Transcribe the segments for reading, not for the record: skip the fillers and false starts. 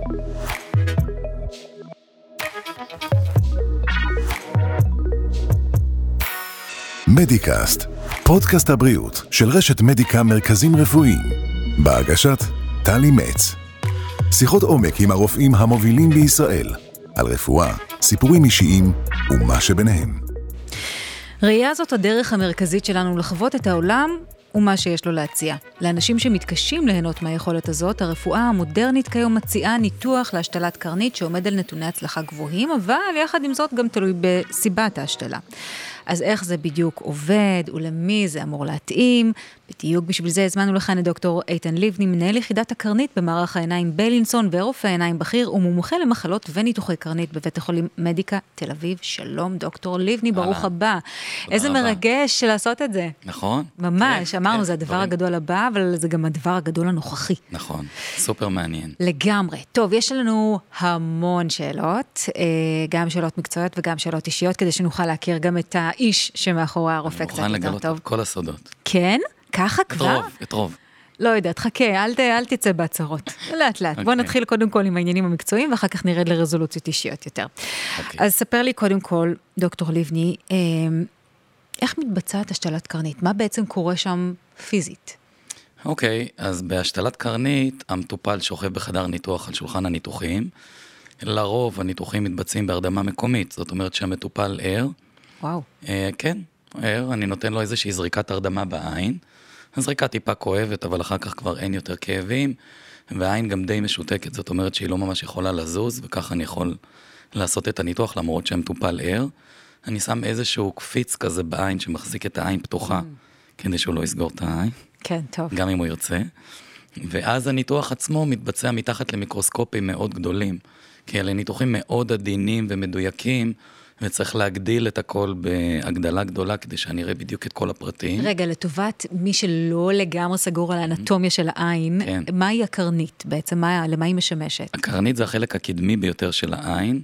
מדיקאסט, פודקאסט הבריאות של רשת מדיקה מרכזים רפואיים, בהגשת טלי מצ. שיחות עומק עם הרופאים המובילים בישראל, על רפואה, סיפורים אישיים ומה שביניהם. ראייה זאת הדרך המרכזית שלנו לחוות את העולם ומה שיש לו להציע. לאנשים שמתקשים ליהנות מהיכולת הזאת, הרפואה המודרנית כיום מציעה ניתוח להשתלת קרנית שעומד על נתוני הצלחה גבוהים, אבל יחד עם זאת גם תלוי בסיבת ההשתלה. אז איך זה בדיוק עובד ולמי זה אמור להתאים? בדיוק בשביל זה הזמנו לכאן את דוקטור איתן ליבני, מנהל יחידת הקרנית במערך העיניים בילינסון ורופא עיניים בכיר ומומחה למחלות וניתוחי קרנית בבית החולים מדיקה תל אביב. שלום דוקטור ליבני, ברוך הבא. איזה מרגש לעשות את זה. נכון. ממש, אמרנו, זה הדבר הגדול הבא, אבל זה גם הדבר הגדול הנוכחי. נכון, סופר מעניין. לגמרי. טוב, יש לנו המון שאלות, גם שאלות מקצועיות וגם שאלות אישיות, כדי שנוכל להכיר גם את האיש שמאחורי הרופא קצת יותר טוב. אני מוכן לגלות את כל הסודות. כן? ככה כבר? את רוב. לא יודעת, חכה, אל תצא בהצהרות. לאט לאט. בוא נתחיל קודם כל עם העניינים המקצועיים, ואחר כך נרד לרזולוציות אישיות יותר. אז ספר לי קודם כל, דוקטור ליבני, איך מתבצעת השתלת קרנית? מה בעצם קורה שם פיזית? אוקיי, אז בהשתלת קרנית, המטופל שוכב בחדר ניתוח על שולחן הניתוחים. לרוב הניתוחים מתבצעים בהרדמה מקומית, זאת אומרת שהמטופל ער. וואו. כן, ער, אני נותן לו איזושהי זריקת הרדמה בעין. הזריקה טיפה כואבת, אבל אחר כך כבר אין יותר כאבים, והעין גם די משותקת, זאת אומרת שהיא לא ממש יכולה לזוז, וככה אני יכול לעשות את הניתוח, למרות שהמטופל ער. אני שם איזשהו קפיץ כזה בעין, שמחזיק את העין פתוחה, כדי שהוא לא יסגור את העין. כן, טוב. גם אם הוא ירצה. ואז הניתוח עצמו מתבצע מתחת למיקרוסקופים מאוד גדולים, כי אלה ניתוחים מאוד עדינים ומדויקים, וצריך להגדיל את הכל בהגדלה גדולה, כדי שאני אראה בדיוק את כל הפרטים. רגע, לטובת מי שלא לגמרי סגור על האנטומיה של העין, כן. מהי הקרנית בעצם? למה היא משמשת? הקרנית זה החלק הקדמי ביותר של העין,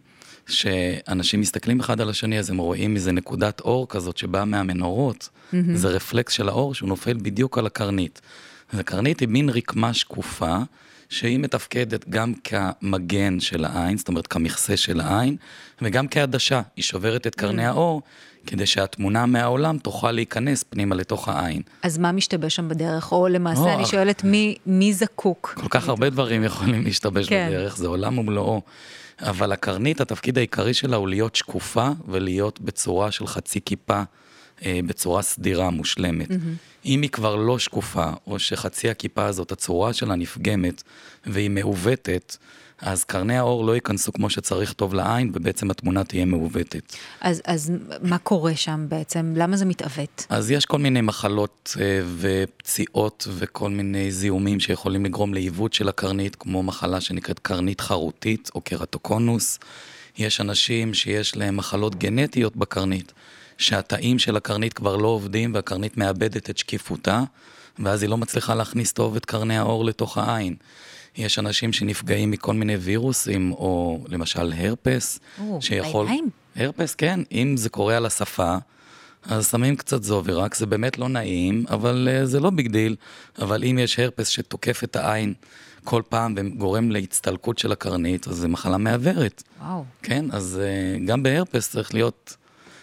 שאנשים מסתכלים אחד על השני, אז הם רואים איזה נקודת אור כזאת שבאה מהמנורות, זה רפלקס של האור שהוא נופל בדיוק על הקרנית. הקרנית היא מין רקמה שקופה, שהיא מתפקדת גם כמגן של העין, זאת אומרת כמכסה של העין, וגם כעדשה, היא שוברת את קרני האור, כדי שהתמונה מהעולם תוכל להיכנס פנימה לתוך העין. אז מה משתבש שם בדרך? או למעשה אני שואלת מי זקוק? כל כך הרבה דברים יכולים להשתבש בדרך, זה עולם ומלואו. אבל הקרנית, התפקיד העיקרי שלה הוא להיות שקופה, ולהיות בצורה של חצי כיפה, בצורה סדירה, מושלמת. אם היא כבר לא שקופה, או שחצי הכיפה הזאת, הצורה שלה נפגמת, והיא מעוותת, אז קרני האור לא ייכנסו כמו שצריך טוב לעין, ובעצם התמונה תהיה מעוותת. אז מה קורה שם בעצם? למה זה מתעוות? אז יש כל מיני מחלות ופציעות, וכל מיני זיהומים שיכולים לגרום לעיוות של הקרנית, כמו מחלה שנקראת קרנית חרוטית, או קרטוקונוס. יש אנשים שיש להם מחלות גנטיות בקרנית, שהתאים של הקרנית כבר לא עובדים, והקרנית מאבדת את שקיפותה, ואז היא לא מצליחה להכניס טוב את קרני האור לתוך העין. יש אנשים שנפגעים מכל מיני וירוסים, או למשל הרפס, שיכול... הרפס, כן, אם זה קורה על השפה, אז שמים קצת זוברק, זה באמת לא נעים, אבל זה לא ביג דיל, אבל אם יש הרפס שתוקף את העין כל פעם, וגורם להצטלקות של הקרנית, אז זה מחלה מעברת. וואו. כן, אז גם בהרפס צריך להיות...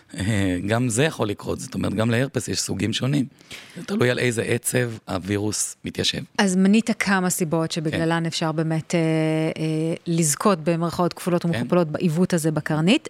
גם זה יכול לקרות, זאת אומרת, גם להרפס יש סוגים שונים. זה תלוי על איזה עצב הווירוס מתיישב. אז מנית כמה סיבות שבגללן אפשר באמת לזכות במרכאות כפולות ומכופלות בעיוות הזה בקרנית.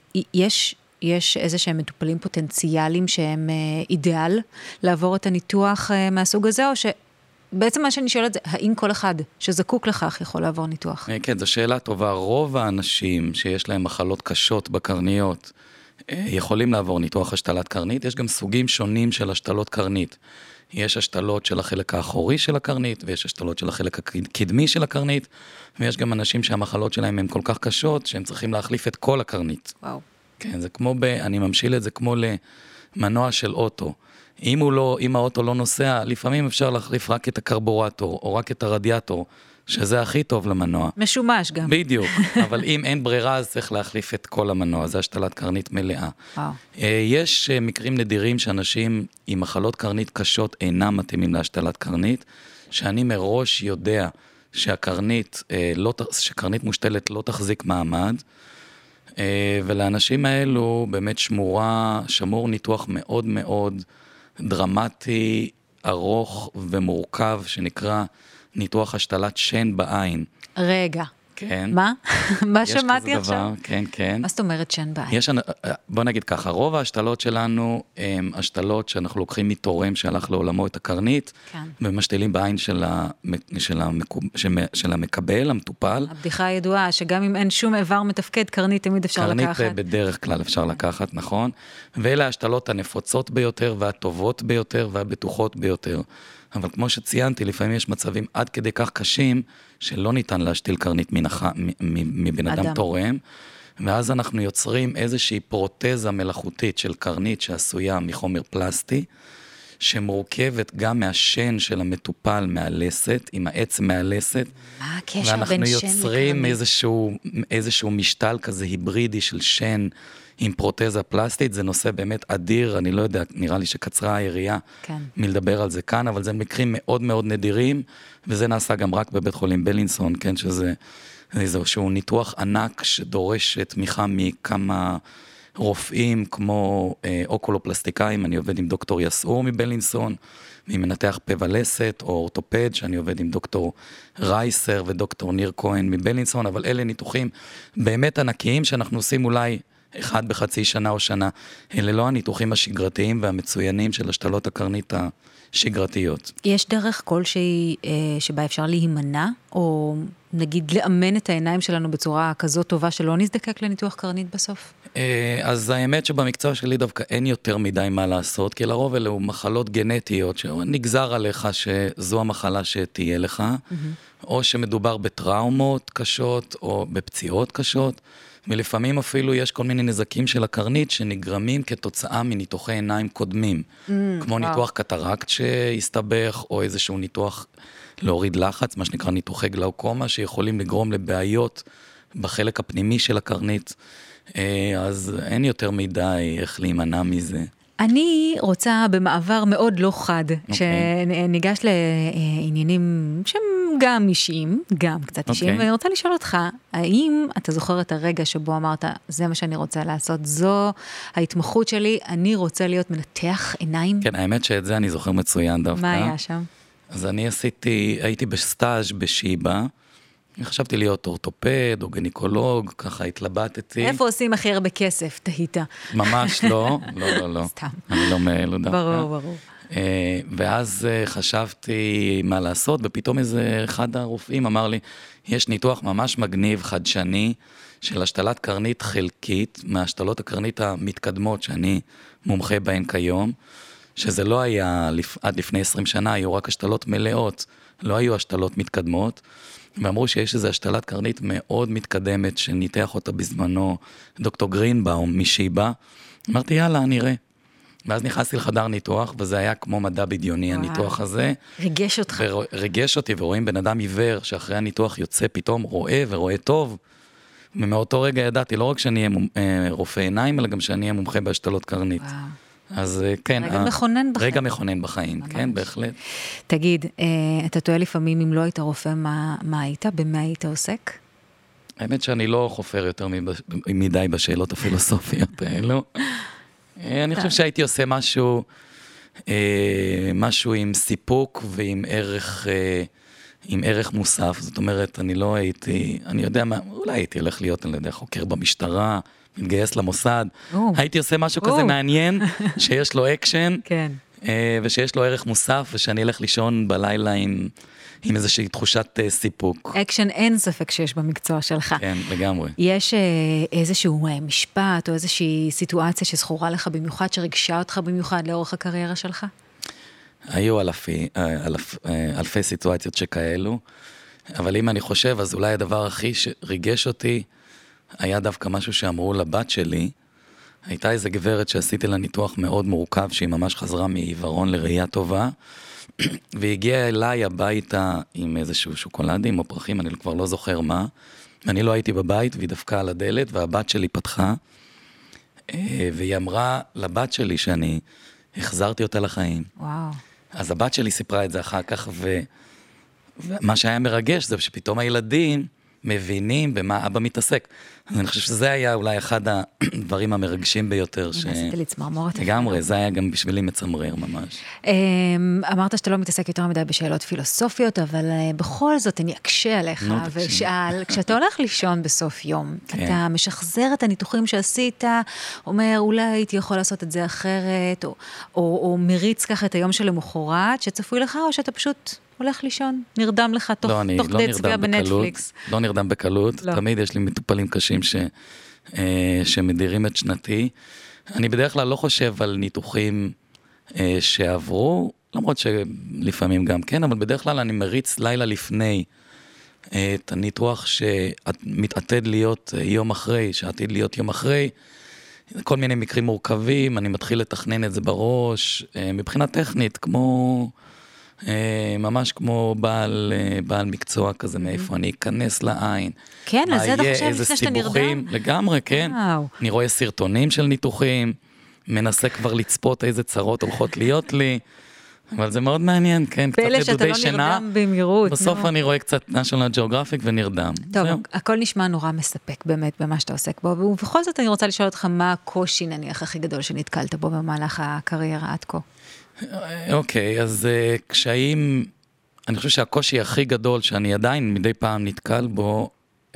יש איזה שהם מטופלים פוטנציאליים שהם אידיאל לעבור את הניתוח מהסוג הזה, או בעצם מה שאני שואלת זה, האם כל אחד שזקוק לכך יכול לעבור ניתוח? כן, זו שאלה טובה. רוב האנשים שיש להם מחלות קשות בקרניות, יכולים לעבור ניתוח השתלת קרנית. יש גם סוגים שונים של השתלות קרנית. יש השתלות של החלק האחורי של הקרנית, ויש השתלות של החלק הקדמי של הקרנית, ויש גם אנשים שהמחלות שלהם הן כל כך קשות, שהם צריכים להחליף את כל הקרנית. וואו. כן, זה כמו אני ממשיל את זה כמו למנוע של אוטו. אם האוטו לא נוסע, לפעמים אפשר להחליף רק את הקרבורטור, או רק את הרדיאטור, שזה הכי טוב למנוע. משומש גם. בדיוק, אבל אם אין ברירה, אז צריך להחליף את כל המנוע, זה השתלת קרנית מלאה. וואו. יש מקרים נדירים שאנשים עם מחלות קרנית קשות אינם מתאימים להשתלת קרנית, שאני מראש יודע שקרנית מושתלת לא תחזיק מעמד, ולאנשים האלו באמת שמור ניתוח מאוד מאוד דרמטי, ארוך ומורכב, שנקרא ניתוח השתלת שן בעין. רגע. כן. מה? מה שמעתי עכשיו? כן, כן. מה זאת אומרת שן בעין? בוא נגיד ככה, רוב ההשתלות שלנו הן השתלות שאנחנו לוקחים מתורם שהלך לעולמו את הקרנית, כן. ומשתלים בעין של המקבל, המטופל. הבדיחה הידועה, שגם אם אין שום איבר מתפקד, קרנית תמיד אפשר לקחת. קרנית בדרך כלל אפשר לקחת, נכון? ואלה ההשתלות הנפוצות ביותר, והטובות ביותר, והבטוחות ביותר. אבל כמו שציינתי, לפעמים יש מצבים עד כדי כך קשים, שלא ניתן להשתיל קרנית מבן אדם תורם, ואז אנחנו יוצרים איזושהי פרוטזה מלאכותית של קרנית שעשויה מחומר פלסטי, שמורכבת גם מהשן של המטופל מהלסת, עם העץ מהלסת. מה הקשר בין שן לקרנית? ואנחנו יוצרים איזשהו משתל כזה היברידי של שן עם פרוטזה פלסטית, זה נושא באמת אדיר, אני לא יודע, נראה לי שקצרה היריעה מלדבר על זה כאן, אבל זה מקרים מאוד מאוד נדירים, וזה נעשה גם רק בבית חולים בלינסון, כן, שזה איזשהו ניתוח ענק שדורש תמיכה מכמה רופאים, כמו אוקולופלסטיקאים, אני עובד עם דוקטור יסעור מבלינסון, ממנתח פה ולסת, או אורתופד, שאני עובד עם דוקטור רייסר ודוקטור ניר כהן מבלינסון, אבל אלה ניתוחים באמת ענקיים שאנחנו עושים אולי אחד בחצי שנה או שנה. אלה לא הניתוחים השגרתיים והמצוינים של השתלות הקרנית השגרתיות. יש דרך כלשהי שבה אפשר להימנע, או נגיד לאמן את העיניים שלנו בצורה כזאת טובה שלא נזדקק לניתוח קרנית בסוף? אז האמת שבמקצוע שלי דווקא אין יותר מדי מה לעשות, כי לרוב אלו מחלות גנטיות שנגזר עליך שזו המחלה שתהיה לך, או שמדובר בטראומות קשות או בפציעות קשות, ולפעמים אפילו יש כל מיני נזקים של הקרנית שנגרמים כתוצאה מניתוחי עיניים קודמים, כמו ניתוח קטרקט שהסתבך, או איזשהו ניתוח להוריד לחץ, מה שנקרא ניתוחי גלאוקומה, שיכולים לגרום לבעיות בחלק הפנימי של הקרנית, אז אין יותר מדי איך להימנע מזה. אני רוצה במעבר מאוד לא חד, שניגש לעניינים שהם גם אישיים, גם קצת אישיים, ואני רוצה לשאול אותך, האם אתה זוכר את הרגע שבו אמרת, זה מה שאני רוצה לעשות, זו ההתמחות שלי, אני רוצה להיות מנתח עיניים? כן, האמת שאת זה אני זוכר מצוין דווקא. מה היה שם? אז אני הייתי בסטאז' בשיבא, חשבתי להיות אורתופד או גניקולוג, ככה התלבטתי. איפה עושים הכי הרבה כסף, תהית? ממש לא, לא. סתם. אני לא מאלו דווקא. ברור. ואז חשבתי מה לעשות, ופתאום אחד הרופאים אמר לי, יש ניתוח ממש מגניב, חדשני, של השתלת קרנית חלקית, מהשתלות הקרנית המתקדמות שאני מומחה בהן כיום, שזה לא היה עד לפני 20 שנה, היו רק השתלות מלאות, לא היו השתלות מתקדמות, ואמרו שיש איזו השתלת קרנית מאוד מתקדמת, שניתח אותה בזמנו דוקטור גרינבאום משיבא, אמרתי יאללה נראה, ואז נכנסתי לחדר ניתוח, וזה היה כמו מדע בדיוני הניתוח הזה. ריגש אותך. ריגש אותי, ורואים בן אדם עיוור, שאחרי הניתוח יוצא פתאום ורואה טוב, ומאותו רגע ידעתי, לא רק שאני אהיה רופא עיניים, אלא גם שאני אהיה מומחה בהשתלות קרנית. אז כן. רגע מכונן בחיים. רגע מכונן בחיים, כן, בהחלט. תגיד, אתה טועה לפעמים אם לא היית רופא, מה היית? במה היית עוסק? האמת שאני לא חופר יותר מדי בשאלות הפילוסופיות האלו. אני חושב שהייתי עושה משהו עם סיפוק ועם ערך מוסף. זאת אומרת, אני לא הייתי, אני יודע מה, אולי הייתי הולך להיות, אני יודע, חוקר במשטרה, מתגייס למוסד. הייתי עושה משהו כזה מעניין, שיש לו אקשן, ושיש לו ערך מוסף, ושאני אלך לישון בלילה עם איזושהי תחושת סיפוק. אקשן אין ספק שיש במקצוע שלך. כן, לגמרי. יש איזשהו משפט או איזושהי סיטואציה שזכורה לך במיוחד, שרגשה אותך במיוחד לאורך הקריירה שלך? היו אלפי סיטואציות שכאלו, אבל אם אני חושב, אז אולי הדבר הכי שריגש אותי, היה דווקא משהו שאמרו לבת שלי, הייתה איזו גברת שעשיתי לה ניתוח מאוד מורכב, שהיא ממש חזרה מעיוורון לראייה טובה, והגיעה אליי הביתה עם איזשהו שוקולדים או פרחים, אני כבר לא זוכר מה, אני לא הייתי בבית, והיא דפקה על הדלת, והבת שלי פתחה, והיא אמרה לבת שלי שאני החזרתי אותה לחיים. וואו. אז הבת שלי סיפרה את זה אחר כך, מה שהיה מרגש זה שפתאום הילדים מבינים במה אבא מתעסק. אז אני חושב שזה היה אולי אחד הדברים המרגשים ביותר. עשיתי לי צמרמורת. לגמרי, זה היה גם בשבילי מצמרר ממש. אמרת שאתה לא מתעסק יותר מדי בשאלות פילוסופיות, אבל בכל זאת אני אקשה עליך ושאל, כשאתה הולך לישון בסוף יום, אתה משחזר את הניתוחים שעשית, אומר אולי הייתי יכול לעשות את זה אחרת, או מריץ ככה את היום של המחרת שצפוי לך, או שאתה פשוט הולך לישון, נרדם לך תוך כדי צפייה בנטפליקס. לא נרדם בקלות, תמיד יש לי מטופלים קשים שמדירים את שנתי. אני בדרך כלל לא חושב על ניתוחים שעברו, למרות שלפעמים גם כן, אבל בדרך כלל אני מריץ לילה לפני את הניתוח שמתעתד להיות יום אחרי, שעתיד להיות יום אחרי, כל מיני מקרים מורכבים, אני מתחיל לתכנן את זה בראש, מבחינה טכנית, ממש כמו בעל מקצוע כזה, מאיפה אני אכנס לעין. כן, אז זה אתה חושב לפני שאתה נרדם? לגמרי, כן. אני רואה סרטונים של ניתוחים, מנסה כבר לצפות איזה צרות הולכות להיות לי, אבל זה מאוד מעניין, כן, קצת נדודי שינה. בסוף אני רואה קצת National Geographic ונרדם. טוב, הכל נשמע נורא מספק באמת במה שאתה עוסק בו, ובכל זאת אני רוצה לשאול אותך מה הקושי נניח הכי גדול שנתקלת בו במהלך הקריירה עד כה. אוקיי, אז קשיים, אני חושב שהקושי הכי גדול שאני עדיין מדי פעם נתקל בו,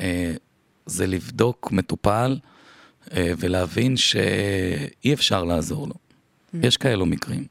זה לבדוק מטופל ולהבין שאי אפשר לעזור לו. יש כאלו מקרים.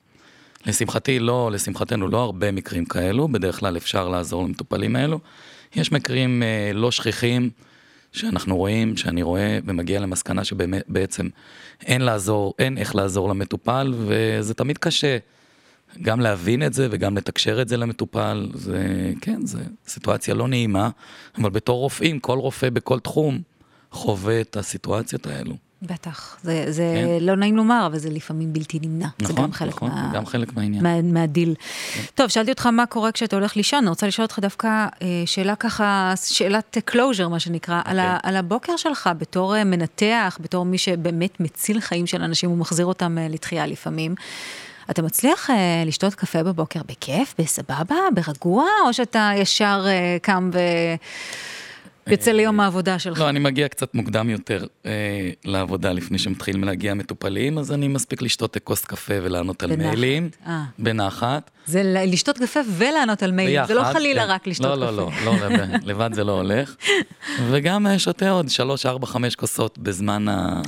לשמחתנו לא הרבה מקרים כאלו, בדרך כלל אפשר לעזור למטופלים האלו. יש מקרים לא שכיחים שאנחנו רואים, שאני רואה ומגיע למסקנה שבעצם אין איך לעזור למטופל, וזה תמיד קשה גם להבין את זה וגם לתקשר את זה למטופל. זה סיטואציה לא נעימה, אבל בתור רופאים, כל רופא בכל תחום חווה את הסיטואציות האלו. בטח, זה לא נעים לומר, אבל זה לפעמים בלתי נמנע. נכון, גם חלק מהעניין. מהדיל. טוב, שאלתי אותך מה קורה כשאתה הולך לישון, אני רוצה לשאול אותך דווקא שאלה ככה, שאלת closure, מה שנקרא, על הבוקר שלך, בתור מנתח, בתור מי שבאמת מציל חיים של אנשים ומחזיר אותם לתחייה לפעמים. אתה מצליח לשתות קפה בבוקר בכיף, בסבבה, ברגוע, או שאתה ישר קם יוצא ליום העבודה שלך? לא, אני מגיע קצת מוקדם יותר לעבודה לפני שמתחילים להגיע מטופלים, אז אני מספיק לשתות כוס קפה ולענות על מיילים. בנחת. זה לשתות קפה ולענות על מיילים, זה לא חלילה רק לשתות קפה. לא, לבד זה לא הולך. וגם שותה עוד 3, 4, 5 כוסות בזמן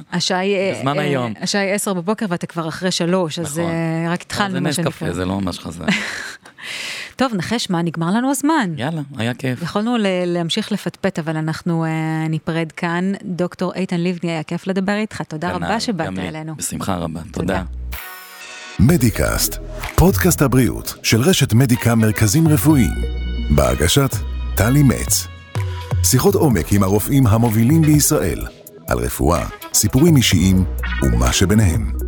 היום. השעה היא 10 בבוקר ואתה כבר אחרי 3, אז רק התחלנו מה שנקרא. זה נס קפה, זה לא ממש חזק. טוב, נחש מה, נגמר לנו הזמן. יאללה, היה כיף. יכולנו להמשיך לפטפט, אבל אנחנו ניפרד כאן. דוקטור איתן ליבני, היה כיף לדבר איתך. תודה רבה שבאת אלינו. בשמחה רבה, תודה. מדיקאסט, פודקאסט הבריאות של רשת מדיקה מרכזים רפואיים. בהגשת טלי מצ. שיחות עומק עם הרופאים המובילים בישראל. על רפואה, סיפורים אישיים ומה שביניהם.